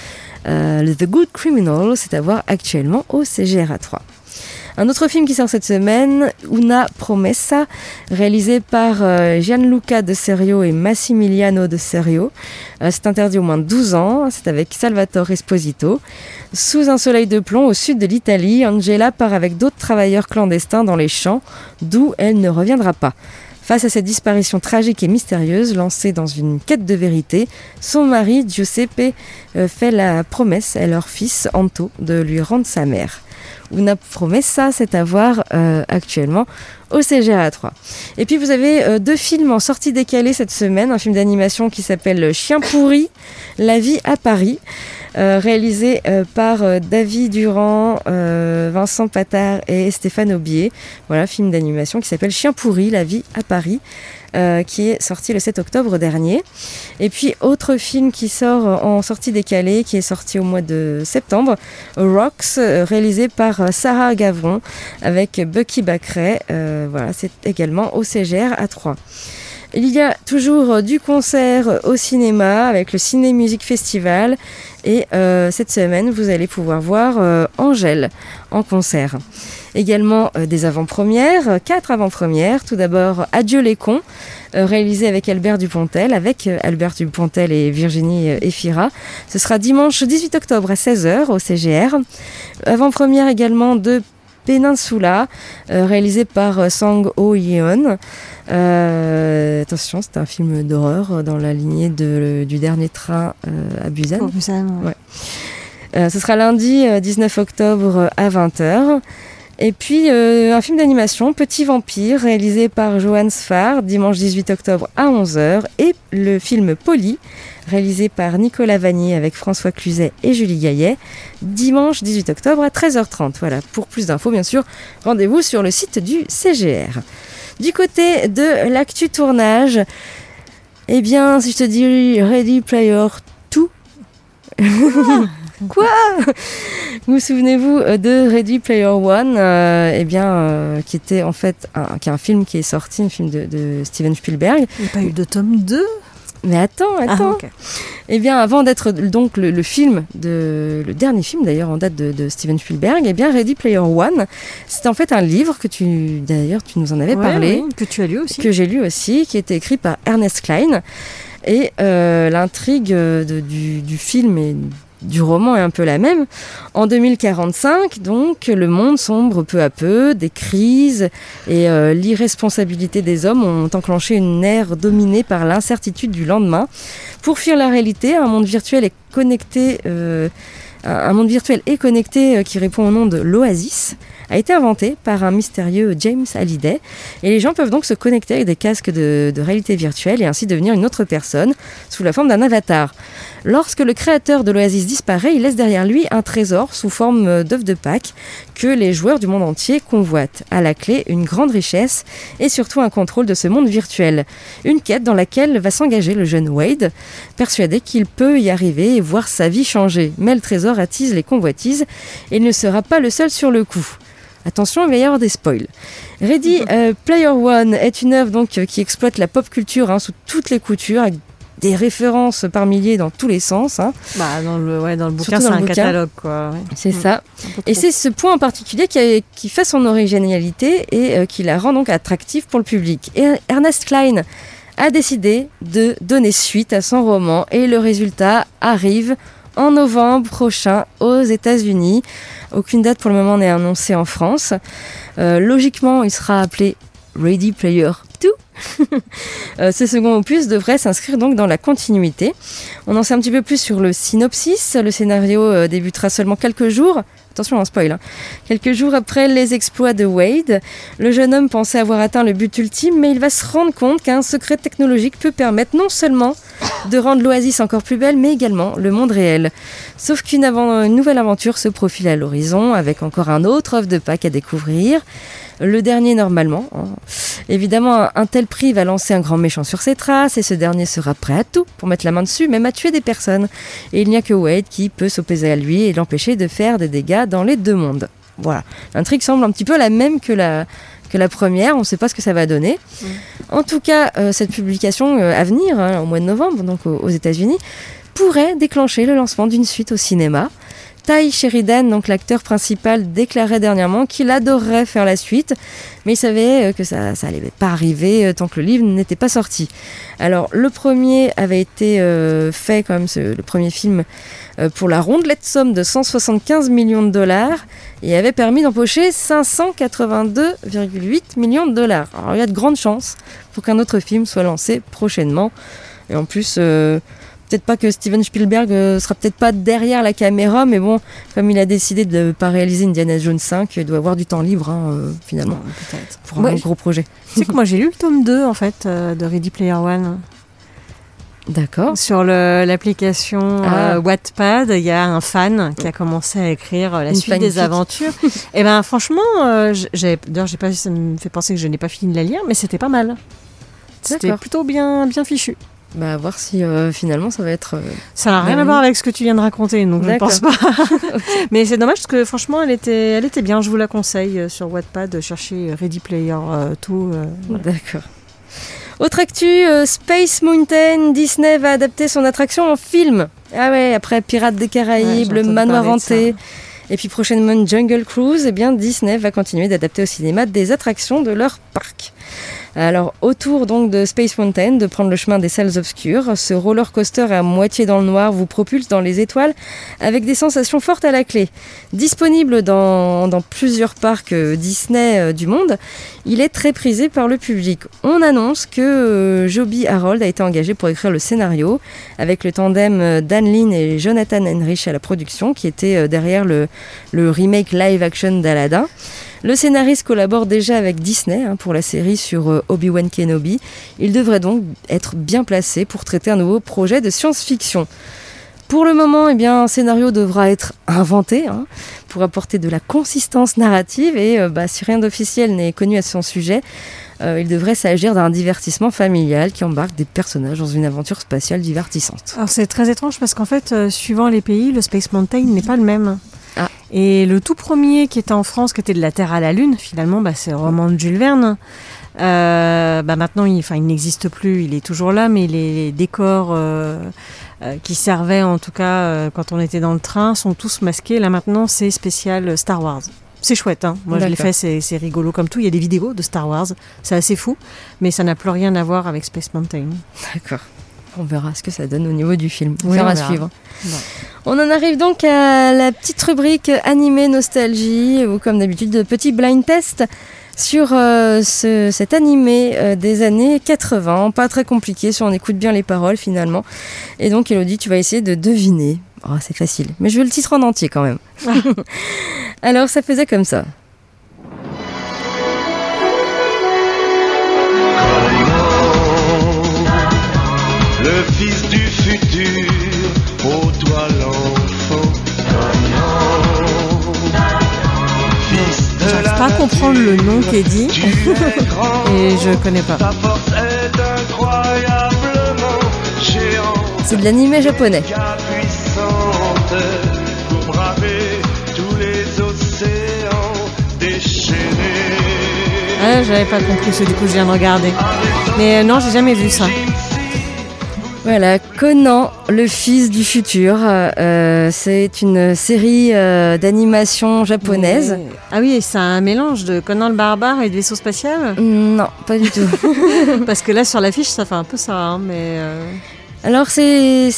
The Good Criminal, c'est à voir actuellement au CGR 3. Un autre film qui sort cette semaine, Una Promessa, réalisé par Gianluca De Serio et Massimiliano De Serio. C'est interdit au moins de 12 ans, c'est avec Salvatore Esposito. Sous un soleil de plomb au sud de l'Italie, Angela part avec d'autres travailleurs clandestins dans les champs, d'où elle ne reviendra pas. Face à cette disparition tragique et mystérieuse, lancée dans une quête de vérité, son mari, Giuseppe, fait la promesse à leur fils, Anto, de lui rendre sa mère. Una Promessa, c'est à voir actuellement au CGR 3. Et puis vous avez deux films en sortie décalée cette semaine, un film d'animation qui s'appelle Chien pourri, La vie à Paris, réalisé par David Durand, Vincent Patard et Stéphane Aubier. Voilà, film d'animation qui s'appelle Chien pourri, La vie à Paris, qui est sorti le 7 octobre dernier. Et puis autre film qui sort en sortie décalée, qui est sorti au mois de septembre, Rocks, réalisé par Sarah Gavron avec Bucky Bacray. Voilà, c'est également au CGR à 3. Il y a toujours du concert au cinéma avec le Ciné Musique Festival et cette semaine vous allez pouvoir voir Angèle en concert. Également des avant-premières, 4 avant-premières. Tout d'abord Adieu les cons, réalisé avec Albert Dupontel et Virginie Efira. Ce sera dimanche 18 octobre à 16h au CGR. Avant-première également de Peninsula, réalisé par Sang Ho Yeon. Attention, c'est un film d'horreur dans la lignée du dernier train à Busan. Ouais. Ce sera lundi 19 octobre à 20h. Et puis un film d'animation, Petit Vampire, réalisé par Johan Sfar, dimanche 18 octobre à 11h. Et le film Polly, réalisé par Nicolas Vanier avec François Cluzet et Julie Gaillet, dimanche 18 octobre à 13h30. Voilà, pour plus d'infos, bien sûr, rendez-vous sur le site du CGR. Du côté de l'actu tournage, eh bien, si je te dis Ready Player 2... Quoi ? Vous souvenez-vous de Ready Player One, qui était en fait qui est un film qui est sorti, un film de Steven Spielberg. Il n'y a pas eu de tome 2 ? Mais attends. Okay. Eh bien, avant d'être donc le dernier film d'ailleurs en date de Steven Spielberg, eh bien Ready Player One, c'est en fait un livre que tu nous en avais parlé, que tu as lu aussi, que j'ai lu aussi, qui a été écrit par Ernest Cline. Et l'intrigue du film et du roman est un peu la même. En 2045, donc, le monde sombre peu à peu, des crises et l'irresponsabilité des hommes ont enclenché une ère dominée par l'incertitude du lendemain. Pour fuir la réalité, un monde virtuel est connecté, qui répond au nom de l'Oasis, a été inventé par un mystérieux James Halliday. Et les gens peuvent donc se connecter avec des casques de réalité virtuelle et ainsi devenir une autre personne sous la forme d'un avatar. Lorsque le créateur de l'Oasis disparaît, il laisse derrière lui un trésor sous forme d'œuf de Pâques que les joueurs du monde entier convoitent. À la clé, une grande richesse et surtout un contrôle de ce monde virtuel. Une quête dans laquelle va s'engager le jeune Wade, persuadé qu'il peut y arriver et voir sa vie changer. Mais le trésor attise les convoitises et il ne sera pas le seul sur le coup. Attention, il va y avoir des spoils. Ready Player One est une œuvre donc, qui exploite la pop culture sous toutes les coutures, avec des références par milliers dans tous les sens. Hein. Dans le bouquin, Surtout c'est dans un le bouquin. catalogue, quoi. Ouais. C'est ça. Et c'est ce point en particulier qui fait son originalité et qui la rend donc attractive pour le public. Et Ernest Cline a décidé de donner suite à son roman et le résultat arrive en novembre prochain aux États-Unis. Aucune date pour le moment n'est annoncée en France. Logiquement, il sera appelé Ready Player 2. Ce second opus devrait s'inscrire donc dans la continuité. On en sait un petit peu plus sur le synopsis. Le scénario débutera seulement quelques jours. Attention, un spoil. Hein. Quelques jours après les exploits de Wade, le jeune homme pensait avoir atteint le but ultime, mais il va se rendre compte qu'un secret technologique peut permettre non seulement de rendre l'oasis encore plus belle, mais également le monde réel. Sauf qu'une nouvelle aventure se profile à l'horizon, avec encore un autre œuf de Pâques à découvrir. Le dernier normalement. Hein. Évidemment, un tel prix va lancer un grand méchant sur ses traces et ce dernier sera prêt à tout pour mettre la main dessus, même à tuer des personnes. Et il n'y a que Wade qui peut s'opposer à lui et l'empêcher de faire des dégâts dans les deux mondes. Voilà. L'intrigue semble un petit peu la même que la première, on ne sait pas ce que ça va donner. En tout cas, cette publication à venir, au mois de novembre, donc aux États-Unis, pourrait déclencher le lancement d'une suite au cinéma. Ty Sheridan, donc l'acteur principal, déclarait dernièrement qu'il adorerait faire la suite, mais il savait que ça allait pas arriver tant que le livre n'était pas sorti. Alors, le premier avait été fait, quand même, le premier film, pour la rondelette somme de 175 millions de dollars et avait permis d'empocher 582,8 millions de dollars. Alors, il y a de grandes chances pour qu'un autre film soit lancé prochainement. Et en plus... peut-être pas que Steven Spielberg sera peut-être pas derrière la caméra, mais bon, comme il a décidé de ne pas réaliser Indiana Jones 5, il doit avoir du temps libre, finalement, peut-être. Pour un gros projet. Tu sais que moi j'ai lu le tome 2, en fait, de Ready Player One. D'accord. Sur l'application Wattpad, il y a un fan qui a commencé à écrire la suite des aventures. Et ben franchement, ça me fait penser que je n'ai pas fini de la lire, mais c'était pas mal. C'était plutôt bien fichu. Bah, à voir si finalement ça va être... ça n'a rien à voir avec ce que tu viens de raconter, donc je ne pense pas. Okay. Mais c'est dommage parce que franchement, elle était bien. Je vous la conseille sur Wattpad, chercher Ready Player 2. Voilà. D'accord. Autre actu, Space Mountain, Disney va adapter son attraction en film. Ah ouais, après Pirates des Caraïbes, le Manoir Hanté, et puis prochainement Jungle Cruise, eh bien Disney va continuer d'adapter au cinéma des attractions de leur parc. Alors, autour donc de Space Mountain, de prendre le chemin des salles obscures, ce roller coaster à moitié dans le noir vous propulse dans les étoiles avec des sensations fortes à la clé. Disponible dans plusieurs parcs Disney du monde, il est très prisé par le public. On annonce que Joby Harold a été engagé pour écrire le scénario, avec le tandem Dan Lin et Jonathan Henrich à la production, qui était derrière le remake live-action d'Aladdin. Le scénariste collabore déjà avec Disney pour la série sur Obi-Wan Kenobi. Il devrait donc être bien placé pour traiter un nouveau projet de science-fiction. Pour le moment, eh bien, un scénario devra être inventé pour apporter de la consistance narrative et si rien d'officiel n'est connu à son sujet, il devrait s'agir d'un divertissement familial qui embarque des personnages dans une aventure spatiale divertissante. Alors c'est très étrange parce qu'en fait, suivant les pays, le Space Mountain n'est pas le même. Ah. Et le tout premier qui était en France, qui était de la Terre à la Lune, finalement, c'est le roman de Jules Verne. Maintenant, il n'existe plus, il est toujours là, mais les décors qui servaient, en tout cas, quand on était dans le train, sont tous masqués. Là, maintenant, c'est spécial Star Wars. C'est chouette, hein. Moi, je l'ai fait, c'est rigolo comme tout. Il y a des vidéos de Star Wars, c'est assez fou, mais ça n'a plus rien à voir avec Space Mountain. D'accord. On verra ce que ça donne au niveau du film. Oui, on verra. Suivre. Ouais. On en arrive donc à la petite rubrique animé nostalgie, ou comme d'habitude, de petits blind tests sur cet animé des années 80. Pas très compliqué si on écoute bien les paroles finalement. Et donc Elodie, tu vas essayer de deviner. Oh, c'est facile, mais je veux le titre en entier quand même. Alors ça faisait comme ça. Le fils du futur, ô toi l'enfant, je n'arrive pas à comprendre le nom qui est dit et je connais pas. Ta force est incroyablement géante. C'est de l'animé japonais. Puissante pour braver tous les océans déchaînés. Ouais, j'avais pas compris, du coup je viens de regarder. Mais non, j'ai jamais vu ça. Voilà, Conan, le fils du futur. C'est une série d'animation japonaise. Ah oui, c'est un mélange de Conan le barbare et de vaisseau spatial ? Non, pas du tout. Parce que là, sur l'affiche, ça fait un peu ça, hein, mais... Alors c'est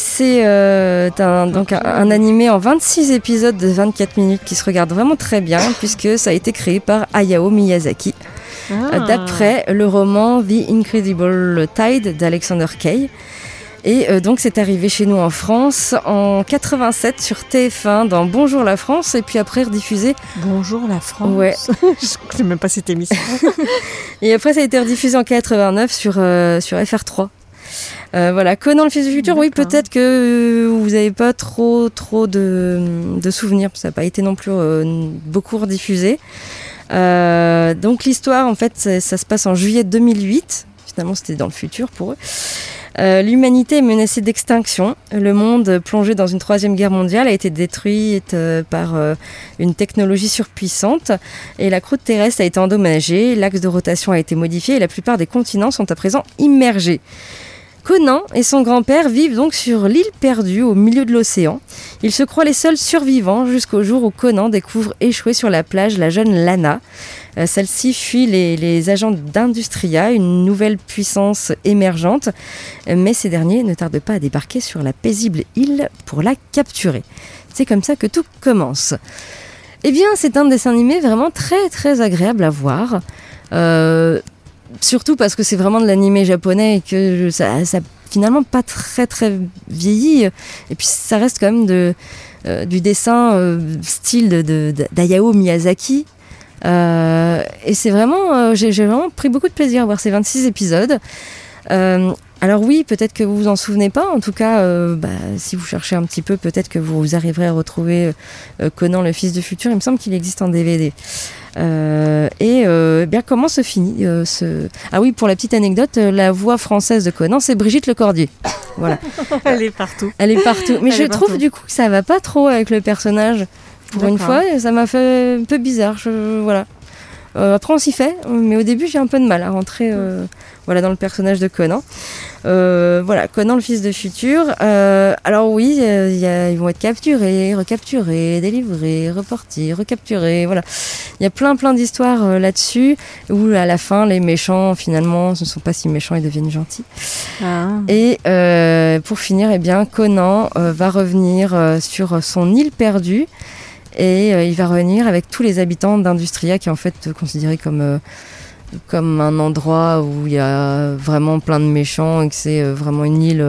un animé en 26 épisodes de 24 minutes qui se regarde vraiment très bien puisque ça a été créé par Hayao Miyazaki d'après le roman The Incredible Tide d'Alexander Kay. Et donc c'est arrivé chez nous en France en 87 sur TF1 dans Bonjour la France et puis après rediffusé. Bonjour la France. Ouais. Je ne connais même pas cette émission. Et après ça a été rediffusé en 89 sur FR3. Voilà, Conan le fils du futur, oui, peut-être que vous n'avez pas trop de souvenirs, parce que ça n'a pas été non plus beaucoup rediffusé. Donc l'histoire, en fait, ça se passe en juillet 2008. Finalement, c'était dans le futur pour eux. L'humanité est menacée d'extinction. Le monde, plongé dans une troisième guerre mondiale, a été détruite par une technologie surpuissante et la croûte terrestre a été endommagée, l'axe de rotation a été modifié et la plupart des continents sont à présent immergés. Conan et son grand-père vivent donc sur l'île perdue au milieu de l'océan. Ils se croient les seuls survivants jusqu'au jour où Conan découvre échouée sur la plage la jeune Lana. Celle-ci fuit les agents d'Industria, une nouvelle puissance émergente, mais ces derniers ne tardent pas à débarquer sur la paisible île pour la capturer. C'est comme ça que tout commence. Eh bien, c'est un dessin animé vraiment très très agréable à voir. Surtout parce que c'est vraiment de l'animé japonais et que ça finalement pas très très vieilli. Et puis ça reste quand même du dessin style d'Hayao Miyazaki. Et c'est vraiment, j'ai vraiment pris beaucoup de plaisir à voir ces 26 épisodes. Alors oui, peut-être que vous vous en souvenez pas. En tout cas, si vous cherchez un petit peu, peut-être que vous arriverez à retrouver Conan le fils du futur. Il me semble qu'il existe en DVD. Bien comment se finit Ah oui, pour la petite anecdote, la voix française de Conan, c'est Brigitte Lecordier. Voilà. Elle est partout. Elle est partout. Mais je trouve du coup que ça va pas trop avec le personnage. Pour une fois, ça m'a fait un peu bizarre. Voilà. Après, on s'y fait, mais au début, j'ai un peu de mal à rentrer dans le personnage de Conan. Voilà, Conan, le fils de futur. Alors oui, ils vont être capturés, recapturés, délivrés, reportés, recapturés. Voilà, il y a plein d'histoires là-dessus où à la fin, les méchants, finalement, ce ne sont pas si méchants, ils deviennent gentils. Et pour finir, Conan va revenir sur son île perdue. Et il va revenir avec tous les habitants d'Industria qui est en fait considéré comme un endroit où il y a vraiment plein de méchants et que c'est vraiment une île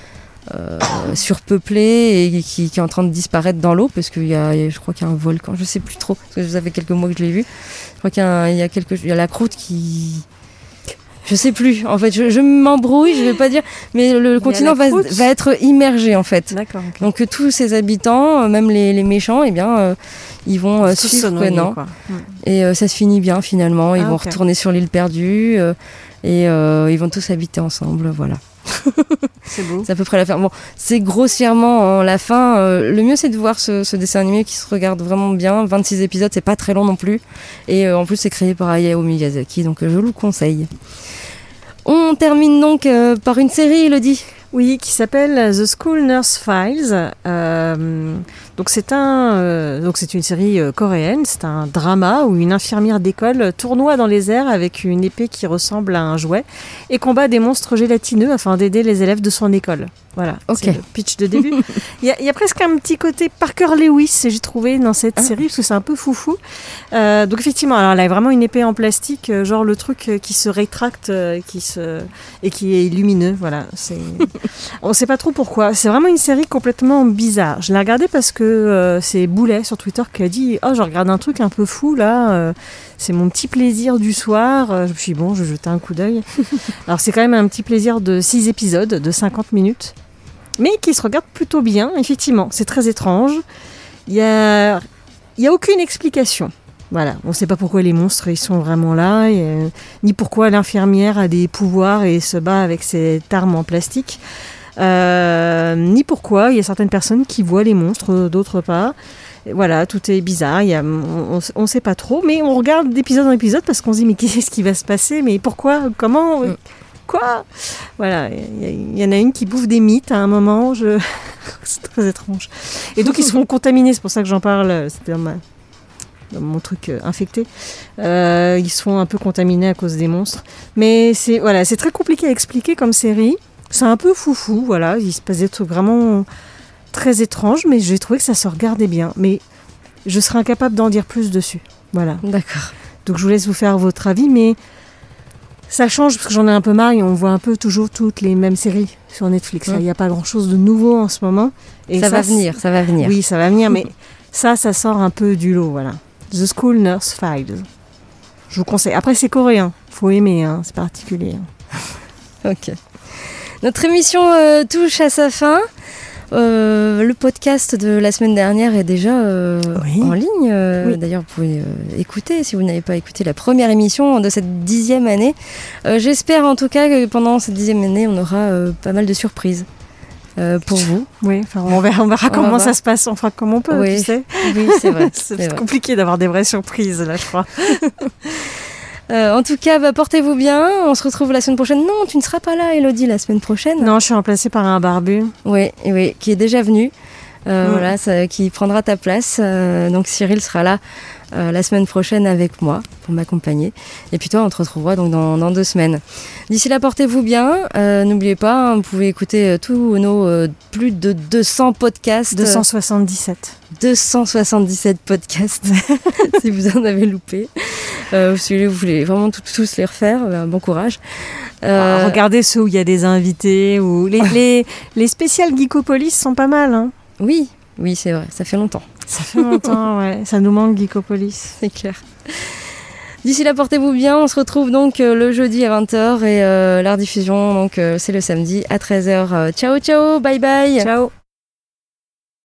surpeuplée et qui est en train de disparaître dans l'eau parce qu'il je crois qu'il y a un volcan, je sais plus trop parce que ça fait quelques mois que je l'ai vu. Je crois qu'il y a la croûte qui... Je sais plus, en fait, je m'embrouille, je vais pas dire, mais le continent va être immergé en fait. D'accord. Okay. Donc tous ces habitants, même les méchants, ils vont suivre Conan. Et ça se finit bien finalement, ils vont retourner sur l'île perdue et ils vont tous habiter ensemble, voilà. C'est beau. C'est à peu près la fin. Bon, c'est grossièrement la fin. Le mieux, c'est de voir ce dessin animé qui se regarde vraiment bien. 26 épisodes, c'est pas très long non plus. Et en plus, c'est créé par Hayao Miyazaki, donc je vous le conseille. On termine donc par une série, Elodie. Oui, qui s'appelle The School Nurse Files. Donc c'est une série coréenne. C'est un drama où une infirmière d'école tournoie dans les airs avec une épée qui ressemble à un jouet et combat des monstres gélatineux afin d'aider les élèves de son école. Voilà, c'est le pitch de début. Il y a presque un petit côté Parker Lewis, j'ai trouvé, dans cette série, parce que c'est un peu foufou. Donc effectivement, alors elle a vraiment une épée en plastique, genre le truc qui se rétracte et qui est lumineux. Voilà, on ne sait pas trop pourquoi. C'est vraiment une série complètement bizarre. Je l'ai regardée parce que c'est Boulet sur Twitter qui a dit « Oh, je regarde un truc un peu fou, là. C'est mon petit plaisir du soir. » Je me suis dit « Bon, je vais jeter un coup d'œil. » Alors c'est quand même un petit plaisir de 6 épisodes, de 50 minutes. Mais qui se regarde plutôt bien, effectivement. C'est très étrange. Il y a aucune explication. Voilà, on ne sait pas pourquoi les monstres ils sont vraiment là, ni pourquoi l'infirmière a des pouvoirs et se bat avec cette arme en plastique, ni pourquoi il y a certaines personnes qui voient les monstres, d'autres pas. Et voilà, tout est bizarre, on ne sait pas trop, mais on regarde d'épisode en épisode parce qu'on se dit mais qu'est-ce qui va se passer, mais pourquoi, comment quoi ? Voilà, il y en a une qui bouffe des mythes à un moment, c'est très étrange. Et donc ils se font contaminer, c'est pour ça que j'en parle, c'était dans mon truc infecté. Ils se font un peu contaminés à cause des monstres. Mais c'est très compliqué à expliquer comme série. C'est un peu foufou, voilà, il se passe des trucs vraiment très étranges, mais j'ai trouvé que ça se regardait bien. Mais je serais incapable d'en dire plus dessus. Voilà. D'accord. Donc je vous laisse vous faire votre avis, mais ça change parce que j'en ai un peu marre et on voit un peu toujours toutes les mêmes séries sur Netflix. Il n'y a pas grand-chose de nouveau en ce moment. Et ça va venir. Oui, ça va venir, mais ça sort un peu du lot, voilà. The School Nurse Files. Je vous conseille. Après, c'est coréen. Faut aimer, hein, c'est particulier. Ok. Notre émission touche à sa fin. Le podcast de la semaine dernière est déjà en ligne. D'ailleurs, vous pouvez écouter si vous n'avez pas écouté la première émission de cette 10e année. J'espère en tout cas que pendant cette 10e année, on aura pas mal de surprises pour vous. Oui, on verra comment ça se passe. On fera comme on peut, tu sais. Oui, c'est vrai. C'est compliqué d'avoir des vraies surprises, là, je crois. En tout cas, portez-vous bien. On se retrouve la semaine prochaine. Non, tu ne seras pas là, Elodie, la semaine prochaine. Non, je suis remplacée par un barbu. Oui, qui est déjà venu. Voilà, qui prendra ta place. Donc Cyril sera là la semaine prochaine avec moi pour m'accompagner. Et puis toi, on te retrouvera donc dans 2 semaines. D'ici là, portez-vous bien. N'oubliez pas, vous pouvez écouter tous nos plus de 200 podcasts. 277 podcasts, si vous en avez loupé. Si vous voulez vraiment tous les refaire, bon courage. Regardez ceux où il y a des invités. Ou les spéciales Geekopolis sont pas mal. Hein. Oui, c'est vrai, ça fait longtemps. Ça fait longtemps, ouais. Ça nous manque, Geekopolis. C'est clair. D'ici là, portez-vous bien. On se retrouve donc le jeudi à 20h et la rediffusion, donc, c'est le samedi à 13h. Ciao, ciao, bye bye. Ciao.